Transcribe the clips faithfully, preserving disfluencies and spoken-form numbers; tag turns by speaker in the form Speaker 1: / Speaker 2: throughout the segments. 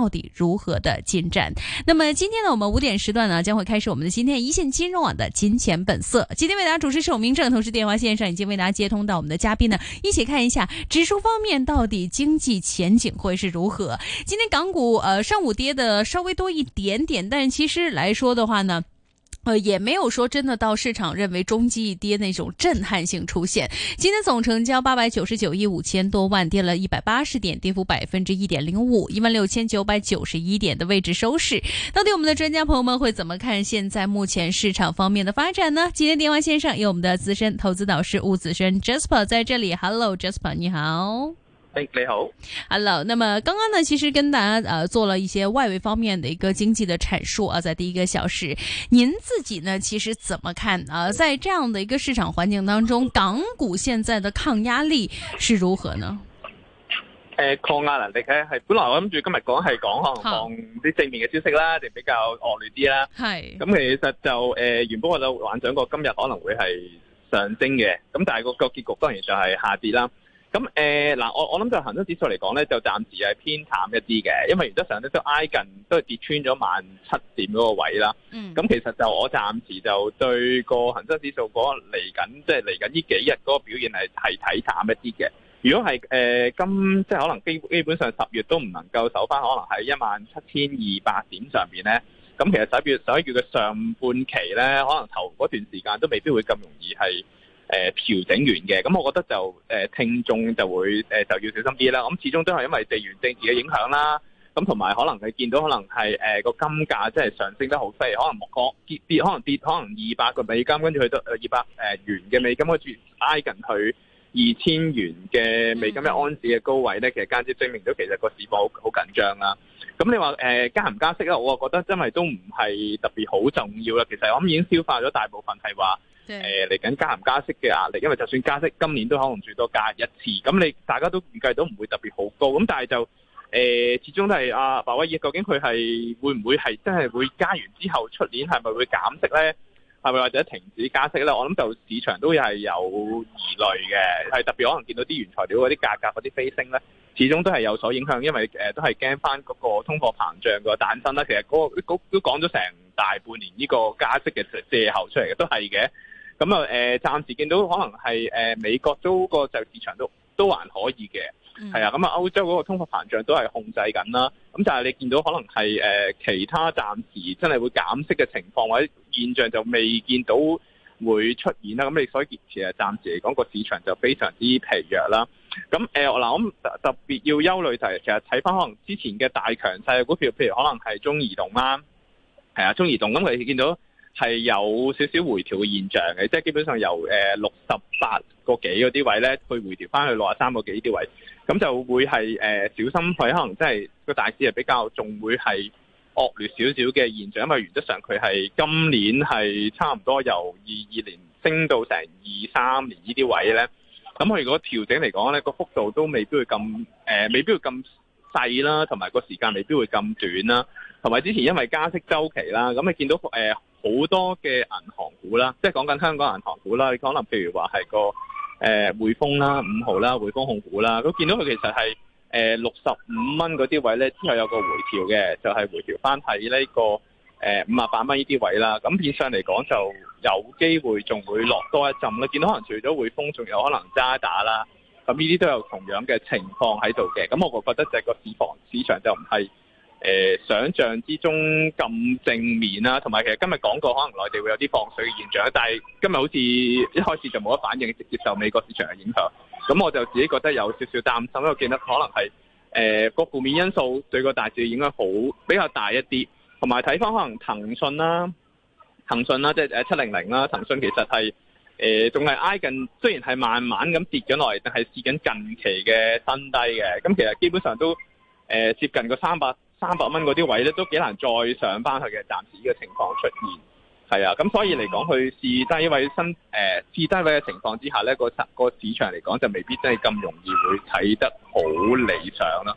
Speaker 1: 到底如何的进展。那么今天呢，我们五点时段呢将会开始我们的今天一线金融网的金钱本色。今天为大家主持是我明正，同时电话线上已经为大家接通到我们的嘉宾呢，一起看一下指数方面到底经济前景会是如何。今天港股呃上午跌的稍微多一点点，但是其实来说的话呢，呃，也没有说真的到市场认为中基一跌那种震撼性出现。今天总成交八百九十九亿五千多万，跌了一百八十点，跌幅百分之一点零五，一万六千九百九十一点的位置收市。到底我们的专家朋友们会怎么看现在目前市场方面的发展呢？今天电话线上有我们的资深投资导师吴子轩 Jasper 在这里 ，Hello Jasper， 你好。
Speaker 2: 你好
Speaker 1: ，Hello。那么刚刚呢，其实跟大家呃做了一些外围方面的一个经济的阐述啊，在第一个小时，您自己呢其實怎麼看啊？在這樣的一個市場環境當中，港股現在的抗壓力是如何呢？
Speaker 2: 誒、呃，抗壓能力咧係本來我諗住今日講係講可能放啲正面嘅消息啦，定比較惡劣啲啦。係。咁其實就誒、呃、原本我就幻想過今日可能會係上升嘅，咁但係個個結局當然就係下跌啦。咁誒嗱，我我諗就恒生指數嚟講咧，就暫時係偏淡一啲嘅，因為原則上咧都挨近都係跌穿咗萬七點嗰個位啦。嗯。咁其實就我暫時就對個恒生指數嗰個嚟緊，即係嚟緊呢幾日嗰個表現係係睇淡一啲嘅。如果係誒、呃、今即係可能基基本上十月都唔能夠守翻，可能喺一萬七千二百點上邊咧，咁其實十一月十一月嘅上半期咧，可能頭嗰段時間都未必會咁容易係。誒、呃、調整完嘅，咁我覺得就誒、呃、聽眾就會誒、呃、就要小心啲啦。咁始終都係因為地緣政治嘅影響啦，咁同埋可能你見到可能係誒個金價即係上升得好犀利，可能個跌跌可能跌可能二百個美金，跟住去到二百誒元嘅美金，跟住挨近去二千元嘅美金一盎司嘅高位咧，其實間接證明到其實個市況好好緊張啦。咁你話誒、呃、加唔加息咧？我覺得真係都唔係特別好重要啦。其實我諗已經消化咗大部分係話。誒嚟緊加唔加息嘅壓力，因為就算加息，今年都可能最多加一次，咁你大家都預計到唔會特別好高，咁但係就誒、呃、始終都係阿鮑威爾，究竟佢係會唔會係真係會加完之後出年係咪會減息咧？係咪或者停止加息咧？我諗就市場都係有疑慮嘅，係特別可能見到啲原材料嗰啲價格嗰啲飛升咧，始終都係有所影響，因為誒、呃、都係驚翻嗰個通貨膨脹個誕生啦。其實嗰、那個都講咗成大半年呢個加息嘅藉口出嚟嘅，都係嘅。咁啊誒，暫時見到可能係誒、呃、美國都個就市場都都還可以嘅，係啊。咁啊歐洲嗰個通貨膨脹都係控制緊啦。咁但係你見到可能係誒、呃、其他暫時真係會減息嘅情況或者現象就未見到會出現啦。咁你所以其實暫時嚟講個市場就非常之疲弱啦。咁誒嗱，我諗特特別要憂慮就係其實睇翻可能之前嘅大強勢嘅股票，譬如可能係中移動啦，係啊，中移動咁你見到。係有少少回調嘅現象嘅，即係基本上由誒六十八個幾嗰啲位咧，去回調翻去六十三個幾呢啲位，咁就會係誒、呃、小心佢可能即係個大市係比較仲會係惡劣少少嘅現象，因為原則上佢係今年係差唔多由二二年升到成二三年呢啲位咧，咁佢如果調整嚟講咧，個幅度都未必會咁誒、呃，未必會咁細啦，同埋個時間未必會咁短啦，同埋之前因為加息週期啦，咁你見到誒。呃好多嘅銀行股啦，即係講緊香港銀行股啦，你可能譬如話係個誒、呃、匯豐啦、五號啦、匯豐控股啦，都見到佢其實係誒六十五蚊嗰啲位咧，之後有個回調嘅，就係、是、回調翻喺呢個誒五十八蚊呢啲位啦。咁變相嚟講就有機會仲會落多一陣啦。見到可能除咗匯豐，仲有可能渣打啦，咁呢啲都有同樣嘅情況喺度嘅。咁我覺得就係個市況市場就唔係。誒、呃、想像之中咁正面啦，同埋其實今日講過，可能內地會有啲放水嘅現象，但係今日好似一開始就冇得反應，直接受美國市場嘅影響。咁我就自己覺得有少少擔心，因為我見得可能係誒個負面因素對個大市嘅影響好比較大一啲，同埋睇翻可能騰訊啦、騰訊啦，即係誒七零零啦，騰訊其實係誒仲係挨近，雖然係慢慢咁跌咗落嚟，但係試緊近期嘅新低嘅。咁其實基本上都誒、呃、接近個三百。三百蚊嗰啲位咧都幾難再上翻去嘅，暫時呢個情況出現，係啊，咁所以嚟講，去試低位新誒、呃、試低位嘅情況之下咧，個個市場嚟講就未必真係咁容易會睇得好理想啦。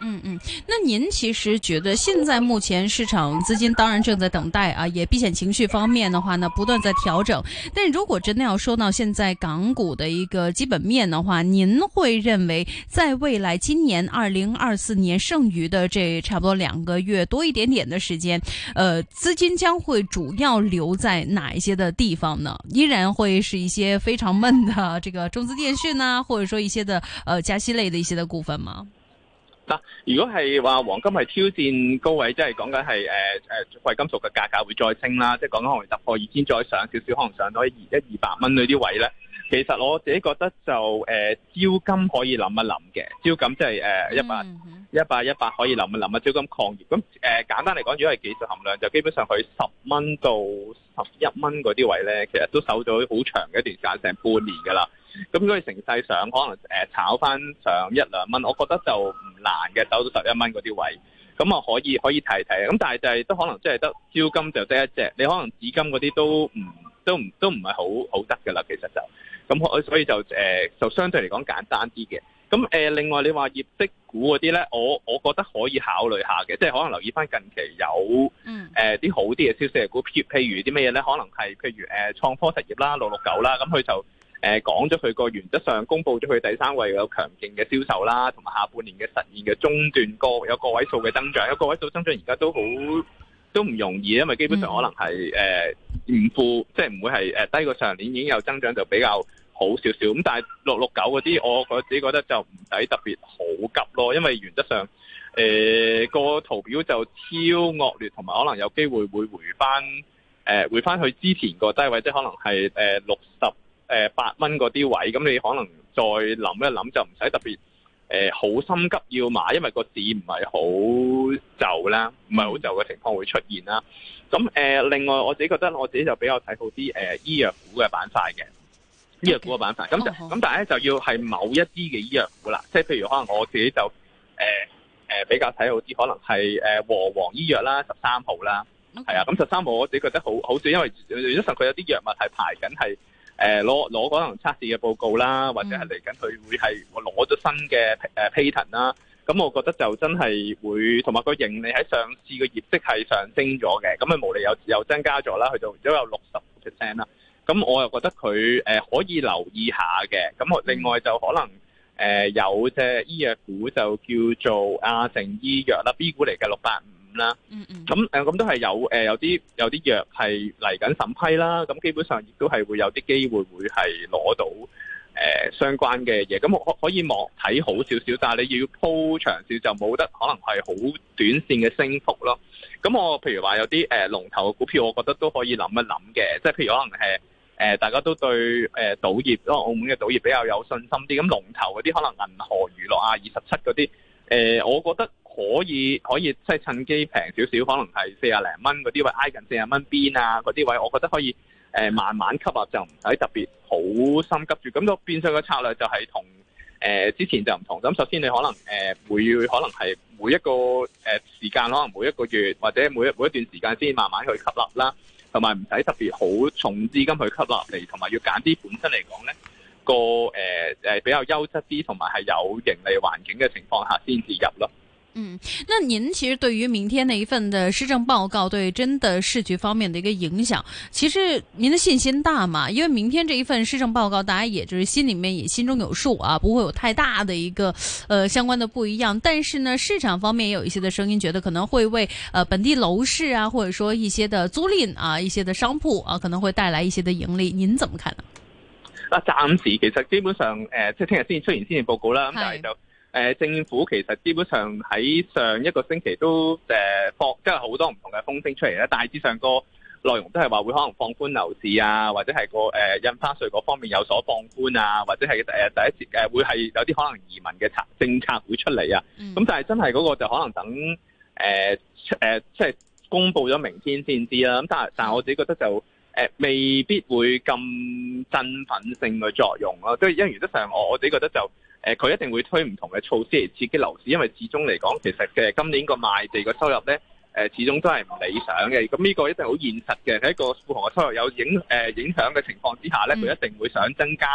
Speaker 1: 嗯嗯，那您其實覺得現在目前市場資金當然正在等待啊，也避險情緒方面的話呢，不斷在調整。但如果真的要說到現在港股的一個基本面的話，您會認為在未來今年二零二四年剩餘的這差不多兩個月多一點點的時間，呃，資金將會主要留在哪一些的地方呢？依然會是一些非常悶的這個中資電訊啊，或者說一些的呃加息類的一些的股份嗎？
Speaker 2: 嗱，如果係話黃金係挑戰高位，即係講緊係誒誒貴金屬嘅價格會再升啦，即係講緊可能突破二千再上少少，可能上到一一二百蚊嗰啲位咧。其實我自己覺得就誒、呃、招金可以諗一諗嘅，招金即係誒一百一百一百可以諗一諗啊，招金礦業咁誒、呃、簡單嚟講，如果係技術含量，就基本上佢十蚊到十一蚊嗰啲位咧，其實都守咗好長嘅一段時間，成半年㗎啦。咁如果成勢上可能誒炒翻上一兩蚊，我覺得就唔難嘅，守到十一蚊嗰啲位，咁啊可以可以睇睇。咁但係就係都可能即係得招金就得一隻，你可能紫金嗰啲都唔都唔都唔係好好得㗎啦。其實就咁，所以就誒、呃、就相對嚟講簡單啲嘅。咁誒、呃、另外你話業績股嗰啲咧，我我覺得可以考慮下嘅，即係可能留意翻近期有誒啲、呃、好啲嘅消息嘅股票，譬如啲乜嘢咧？可能係譬如誒、呃、創科實業啦、六六九啦，咁佢就。誒講咗佢個原則上公佈咗佢第三季有強勁嘅銷售啦，同埋下半年嘅實現嘅中段個有個位數嘅增長，有個位數增長而家都好都唔容易，因為基本上可能係誒唔負，即係唔會係誒低過上年已經有增長就比較好少少。咁但係六六九嗰啲，我我自己覺得就唔使特別好急咯，因為原則上誒個、呃、圖表就超惡劣，同埋可能有機會會回翻誒、呃、回翻去之前個低位，即係可能係誒六十。誒八蚊嗰啲位，咁你可能再諗一諗，就唔使特別誒好、呃、心急要買，因為個市唔係好就啦，唔係好就嘅情況會出現啦。咁誒、呃，另外我自己覺得我自己就比較睇好啲誒、呃、醫藥股嘅板塊嘅醫藥股嘅板塊。咁就咁，但係咧就要係某一啲嘅醫藥股啦，即係譬如可能我自己就誒誒、呃呃、比較睇好啲，可能係誒和黃醫藥啦，十三號啦，係、okay. 啊。咁十三號我自己覺得好好少，因為原則上佢有啲藥物係排緊係。誒攞攞可能測試嘅報告啦，或者係嚟緊佢會係攞咗新嘅誒 patent 啦，咁我覺得就真係會同埋個盈利喺上市嘅業績係上升咗嘅，咁啊毛利有又增加咗啦，去到都有六十 percent 啦，咁我又覺得佢誒可以留意下嘅，咁我另外就可能誒有隻醫藥股就叫做亞盛醫藥啦 B 股嚟嘅六八五。啦，嗯嗯，咁誒咁都係有誒有啲有啲藥係嚟緊審批啦，咁基本上亦都係會有啲機會會係攞到誒、呃、相關嘅嘢，咁我可以望睇好少少，但係你要鋪長少就冇得可能係好短線嘅升幅咯。咁我譬如話有啲誒、呃、龍頭嘅股票，我覺得都可以諗一諗嘅，即係譬如可能係誒、呃、大家都對誒、呃、賭業，因為澳門嘅賭業比較有信心啲，咁龍頭嗰啲可能銀河娛樂啊、二十七嗰啲，誒、呃、我覺得。可以可以即係趁機平少少，可能係四廿零蚊嗰啲位，挨近四廿蚊邊啊嗰啲位，我覺得可以誒、呃、慢慢吸納，就唔使特別好心急住。咁個變相嘅策略就係同誒之前就唔同。咁首先你可能誒、呃、會可能係每一個誒、呃、時間，可能每一個月或者每一每一段時間先慢慢去吸納啦，同埋唔使特別好重資金去吸納嚟，同埋要揀啲本身嚟講咧個誒誒、呃、比較優質啲，同埋係有盈利環境嘅情況下先至入咯。
Speaker 1: 嗯，那您其實對於明天那一份的施政報告對真的市局方面的一個影響，其實您的信心大嗎？因為明天這一份施政報告，大家也就是心裏面也心中有數啊，不會有太大的一個呃相關的不一樣。但是呢，市場方面也有一些的聲音，覺得可能會為呃本地樓市啊，或者說一些的租賃啊，一些的商鋪啊，可能會帶來一些的盈利。您怎麼看呢？
Speaker 2: 啊，暫時其實基本上誒、呃，即係聽日先出現施政報告啦，咁但係就。誒、呃、政府其實基本上喺上一個星期都誒、呃、放，即係好多唔同嘅風聲出嚟咧。大致上個內容都係話會可能放寬樓市啊，或者係個誒、呃、印花稅嗰方面有所放寬啊，或者係誒、呃、第一次誒、呃、會係有啲可能移民嘅策政策會出嚟啊。咁、嗯、但係真係嗰個就可能等誒誒、呃呃、即係公佈咗明天先知啦。咁但係但係我自己覺得就誒、呃、未必會咁振奮性嘅作用咯。即係因為原則上我我自己覺得就。誒佢一定會推唔同嘅措施嚟刺激樓市，因為始終嚟講，其實嘅今年個賣地嘅收入咧，誒始終都係唔理想嘅。咁呢個一定好現實嘅，喺一個富豪嘅收入有影誒影響嘅情況之下咧，佢一定會想增加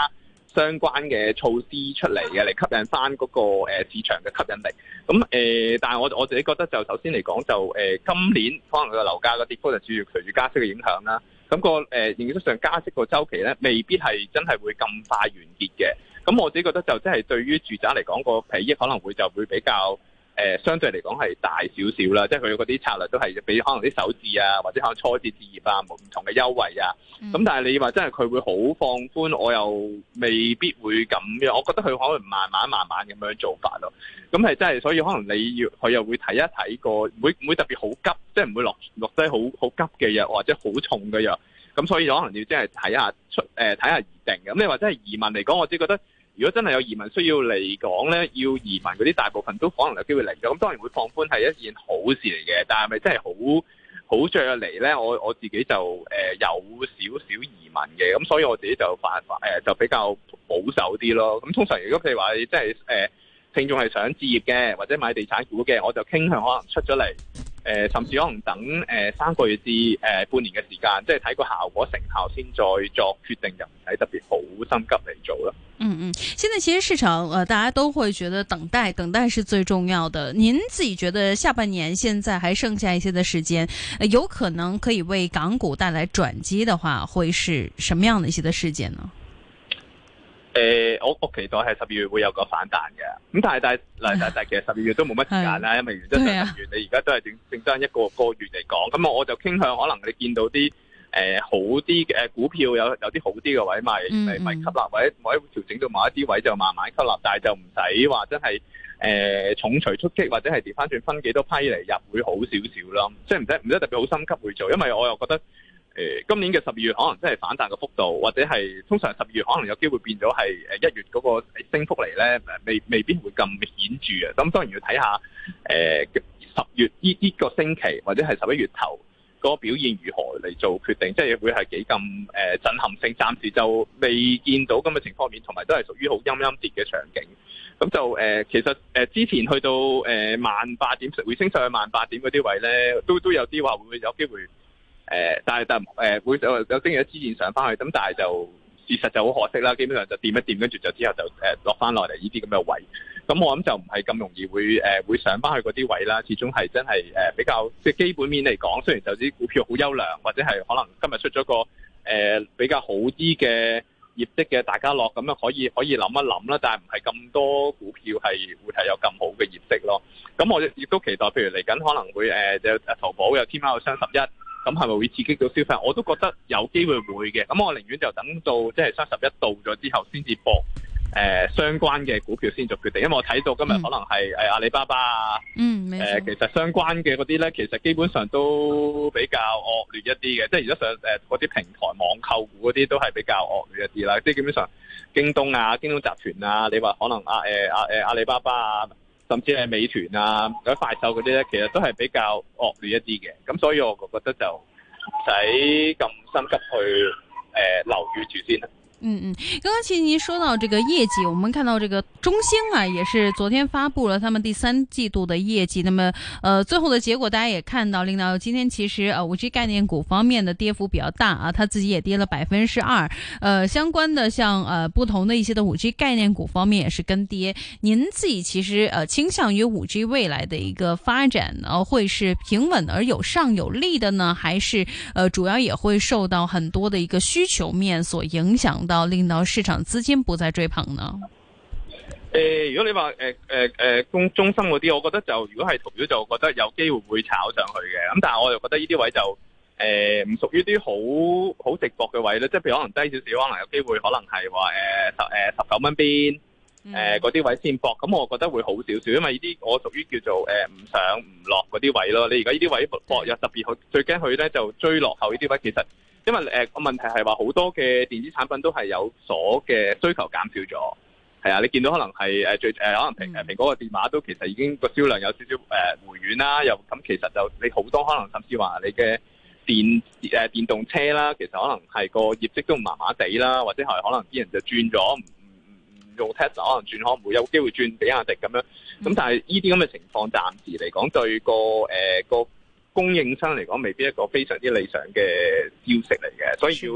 Speaker 2: 相關嘅措施出嚟嘅，嚟吸引翻嗰個誒市場嘅吸引力。咁誒、呃，但係我我自己覺得就首先嚟講就誒、呃，今年可能個樓價嘅跌幅就主要隨住加息嘅影響啦。咁、那個誒，實質上加息個週期咧，未必係真係會咁快完結嘅。咁我自己覺得就即係對於住宅嚟講個裨益可能會就會比較。誒、呃、相對嚟講係大少少啦，即係佢嗰啲策略都係俾可能啲首置啊，或者可能初次置業啊，冇唔同嘅優惠啊。咁、嗯、但係你話真係佢會好放寬，我又未必會咁樣。我覺得佢可能慢慢慢慢咁樣做法咯。咁係真係，所以可能你要佢又會睇一睇個，唔會唔會特別好急，即係唔會落落低好好急嘅藥或者好重嘅藥。咁所以可能要即係睇下出誒睇下而定嘅。咁你話真係移民嚟講，我只覺得。如果真係有移民需要嚟講咧，要移民嗰啲大部分都可能有機會嚟嘅，咁當然會放寬係一件好事嚟嘅，但係咪真係好好着嚟咧？我我自己就誒、呃、有少少疑問嘅，咁所以我自己就反誒、呃、就比較保守啲咯。咁通常如果譬如話你真係誒聽眾係想置業嘅，或者買地產股嘅，我就傾向可能出咗嚟。誒、呃，甚至可能等誒、呃、三個月至誒、呃、半年嘅時間，即係睇個效果成效先再作決定，就唔使特別好心急嚟做啦。
Speaker 1: 嗯嗯，現在其實市場呃，大家都會覺得等待，等待是最重要的。您自己覺得下半年現在還剩下一些的時間，呃、有可能可以為港股帶來轉機的話，會是什麼樣的一些的事件呢？
Speaker 2: 誒、呃，我我期待係十二月會有個反彈嘅，咁但係但係嗱但係其實十二月都冇乜時間啦，因為原則上十二月你而家都係正正爭一個個月嚟講，咁我我就傾向可能你見到啲誒、呃、好啲嘅股票有有啲好啲嘅位咪咪咪吸納，或者或者調整到某一啲位就慢慢吸納，但係就唔使話真係誒、呃、重錘出擊或者係調翻轉分幾多批嚟入會好少少咯，即係唔使唔使特別好心急去做，因為我又覺得。誒今年嘅十二月可能真係反彈嘅幅度，或者係通常十二月可能有機會變咗係誒一月嗰個升幅嚟咧，未未必會咁顯著啊。咁當然要睇下誒十月呢呢個星期或者係十一月頭嗰個表現如何嚟做決定，即係會係幾咁誒震撼性。暫時就未見到咁嘅情況面，同埋都係屬於好陰陰跌嘅場景。咁就誒、呃、其實誒、呃、之前去到誒萬八點，會升上去萬八點嗰啲位咧，都都有啲話會有機會。誒、呃，但係但誒會有有升咗支線上翻去，咁但係就事實就好可惜啦。基本上就掂一掂，跟住就之後就誒落翻落嚟呢啲咁嘅位。咁我諗就唔係咁容易會誒、呃、會上翻去嗰啲位啦。始終係真係誒、呃、比較即係基本面嚟講，雖然就啲股票好優良，或者係可能今日出咗個誒、呃、比較好啲嘅業績嘅大家樂，咁樣可以可以諗一諗啦。但係唔係咁多股票係會係有咁好嘅業績咯。咁我亦都期待，譬如嚟緊可能會誒有誒淘寶有天貓有雙十一。咁係咪會刺激到消費？我都覺得有機會會嘅。咁我寧願就等到即係雙十一到咗之後，先至博誒相關嘅股票先做決定。因為我睇到今日可能係誒阿里巴巴啊，嗯，誒、呃、其實相關嘅嗰啲咧，其實基本上都比較惡劣一啲嘅。即係而家上誒嗰啲平台網購股嗰啲都係比較惡劣一啲啦。即係基本上京東啊、京東集團啊，你話可能阿誒阿誒阿里巴巴啊。甚至係美團啊、或者快手嗰啲咧，其實都係比較惡劣一啲嘅，咁所以我覺得就唔使咁心急去誒、呃、留意住先啦。
Speaker 1: 嗯嗯，剛剛其實您說到這個業績，我們看到這個中興啊，也是昨天發布了他們第三季度的業績。那麼，呃，最後的結果大家也看到，領導今天其實呃五 G 概念股方面的跌幅比較大啊，他自己也跌了百分之二。呃，相關的像呃不同的一些的五 G 概念股方面也是跟跌。您自己其實呃傾向於五 G 未來的一個發展，呃會是平穩而有上有利的呢，還是呃主要也會受到很多的一個需求面所影響？到令到市場資金不再追捧呢？
Speaker 2: 誒、呃，如果你話誒誒誒中中芯嗰啲，我覺得就如果係圖表就覺得有機會會炒上去嘅。咁但係我又覺得呢啲位就誒唔屬於啲好好直博嘅位咧，即係譬如可能低少少，可能有機會可能係話誒十誒十九蚊邊誒嗰啲位先博。咁我覺得會好少少，因為呢啲我屬於叫做誒唔、呃、上唔落嗰啲位咯。你而家呢啲位博又特別好，最驚佢咧就追落後呢啲位，其實。因為誒個、呃、問題係話好多嘅電子產品都係有所嘅需求減少咗，係啊，你見到可能係誒最誒、呃、可能蘋誒蘋果個電話都其實已經個銷量有少少誒回軟啦，又咁其實就你好多可能甚至話你嘅電誒、呃、電動車啦，其實可能係個業績都麻麻地啦，或者係可能啲人就轉咗唔唔唔用 Tesla， 可能轉可能會有機會轉比亞迪咁樣，咁但係呢啲咁嘅情況暫時嚟講對個誒個。呃供應商嚟講，未必一個非常之理想嘅消息嚟嘅，所以要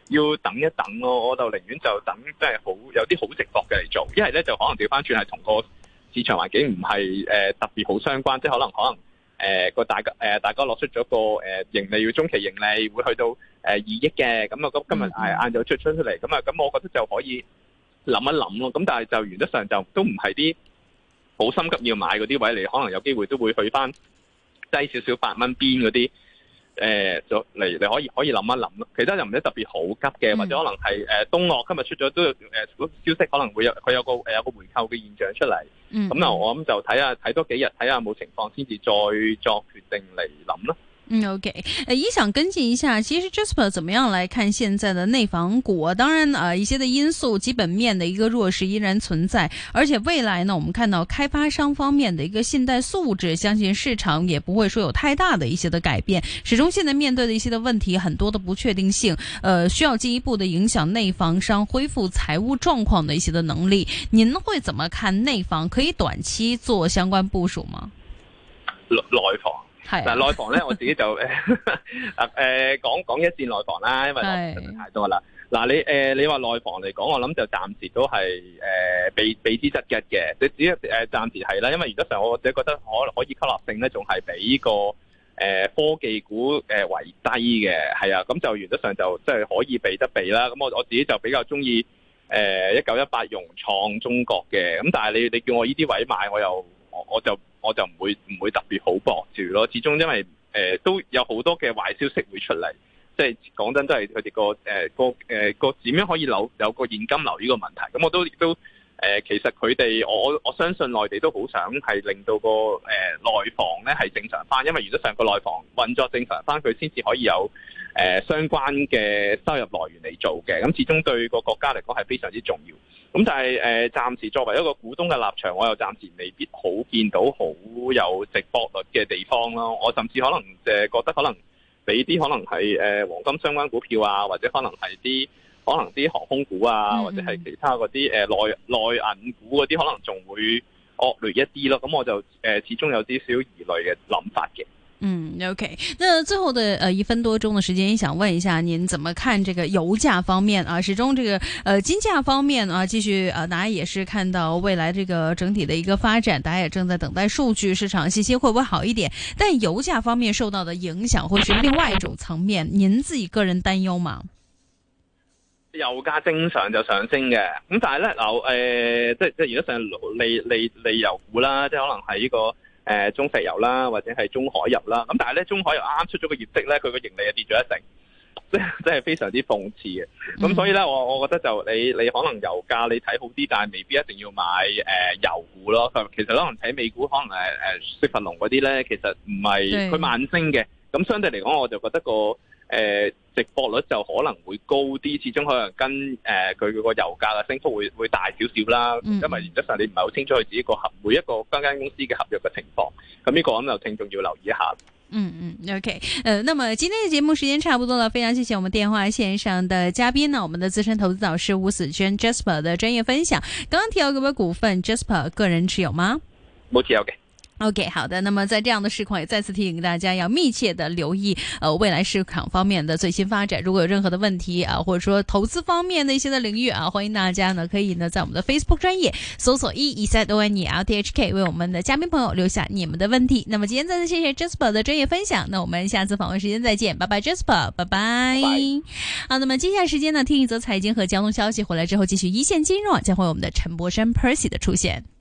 Speaker 2: 要等一等咯，我就寧願就等即係好有啲好直覺嘅嚟做，一係咧就可能調翻轉係同個市場環境唔係誒特別好相關，即係可能可能誒個、呃、大家誒、呃、大家落出咗個誒、呃、盈利要中期盈利會去到誒二億嘅，咁啊咁今日係晏晝出出出嚟，咁啊咁我覺得就可以諗一諗咯，咁但係就原則上就都唔係啲好心急要買嗰啲位嚟，可能有機會都會去翻低少少八蚊邊嗰啲。誒、呃，就嚟你可以可以諗一諗咯。其實又唔使特別好急嘅，或者可能係誒、呃、東樂今日出咗都誒、呃、消息，可能會有佢有個誒有個回購嘅現象出嚟。咁啊、嗯，我諗就睇下睇多幾日，睇下有冇情況先至再作決定嚟諗咯。
Speaker 1: 嗯 ，OK， 呃，也想跟進一下，其實 Jasper 怎麼樣來看現在的內房股？當然，呃，一些的因素，基本面的一個弱勢依然存在，而且未來呢，我們看到開發商方面的一個信貸素質，相信市場也不會說有太大的一些的改變。始終現在面對的一些的問題，很多的不確定性，呃，需要進一步的影響內房商恢復財務狀況的一些的能力。您會怎麼看內房？可以短期做相關部署嗎？
Speaker 2: 內房。係，但係內房咧，我自己就誒誒講講一線內房啦，因為內房太多啦。嗱，你誒你話內房嚟講，我諗就暫時都係誒避避之則吉嘅。你只誒暫時係啦，因為原則上我自己覺得可可以吸納性咧，仲係比個誒科技股誒為低嘅。係啊，咁就原則上就即係可以避得避啦。咁我我自己就比較中意誒一九一八融創中國嘅。咁但係你你叫我呢啲位買，我又我我就。我就唔會唔會特別好搏住咯，始終因為誒、呃、都有好多嘅壞消息會出嚟，即係講真都係佢哋個誒個誒個點樣可以留有個現金流呢個問題。咁我都亦都誒、呃、其實佢哋我我相信內地都好想係令到個誒、呃、內房咧係正常翻，因為原則上個內房運作正常翻，佢先至可以有誒、呃、相關嘅收入來源嚟做嘅。咁始終對個國家嚟講係非常之重要。咁但係誒、呃，暫時作為一個股東嘅立場，我又暫時未必好見到好有值博率嘅地方咯。我甚至可能誒覺得可能俾啲可能係誒、呃、黃金相關股票啊，或者可能係啲可能啲航空股啊，或者係其他嗰啲誒內內銀股嗰啲，可能仲會惡劣一啲咯。咁我就誒、呃、始終有啲少疑慮嘅諗法嘅。
Speaker 1: 嗯 ，OK。那最後的呃一分多鐘的時間，想問一下您怎麼看這個油價方面啊？始終這個呃金價方面啊，繼續呃大家也是看到未來這個整體的一個發展，大家也正在等待數據，市場信心會不會好一點？但油價方面受到的影響，會是另外一種層面，您自己個人擔憂嗎？
Speaker 2: 油價正常就上升嘅，咁但係咧嗱誒，即係即係如果上利利利油股啦，即係可能係呢個。誒、呃、中石油啦，或者係中海油啦，咁但係咧中海油啱啱出咗個業績咧，佢個盈利啊跌咗一成，即係真係非常之諷刺嘅。咁所以咧，我我覺得就你你可能油價你睇好啲，但係未必一定要買誒、呃、油股咯。其實可能睇美股，可能誒誒雪佛龍嗰啲咧，其實唔係佢慢升嘅。咁相對嚟講，我就覺得個誒、呃、值博率就可能會高啲，始終可能跟誒佢個油價嘅升幅會會大少少啦。嗯、因為原則上你唔係好清楚佢自己個合每一個間間公司嘅合約嘅情況。咁呢個我諗就聽眾要留意一下。
Speaker 1: 嗯嗯 ，OK，呃，那麼今天的節目時間差不多了，非常謝謝我們電話線上的嘉賓呢，我們的資深投資導師吳子軒 Jasper 的專業分享。剛剛提到嗰個股份 Jasper 個人持有嗎？
Speaker 2: 冇持有嘅。
Speaker 1: OK， 好的。那麼在這樣的市況，也再次提醒大家要密切的留意，呃，未來市場方面的最新發展。如果有任何的問題啊，或者說投資方面的一些的領域啊，歡迎大家呢可以呢在我們的 Facebook 專頁搜索 E E Z O N E L T H K 為我們的嘉賓朋友留下你們的問題。那麼今天再次謝謝 Jasper 的專業分享。那我們下次訪問時間再見，拜拜 Jasper， 拜拜。拜拜。好，那麼接下來時間呢，聽一則財經和交通消息，回來之後繼續一線金融，將會有我們的陳柏軒 Percy 的出現。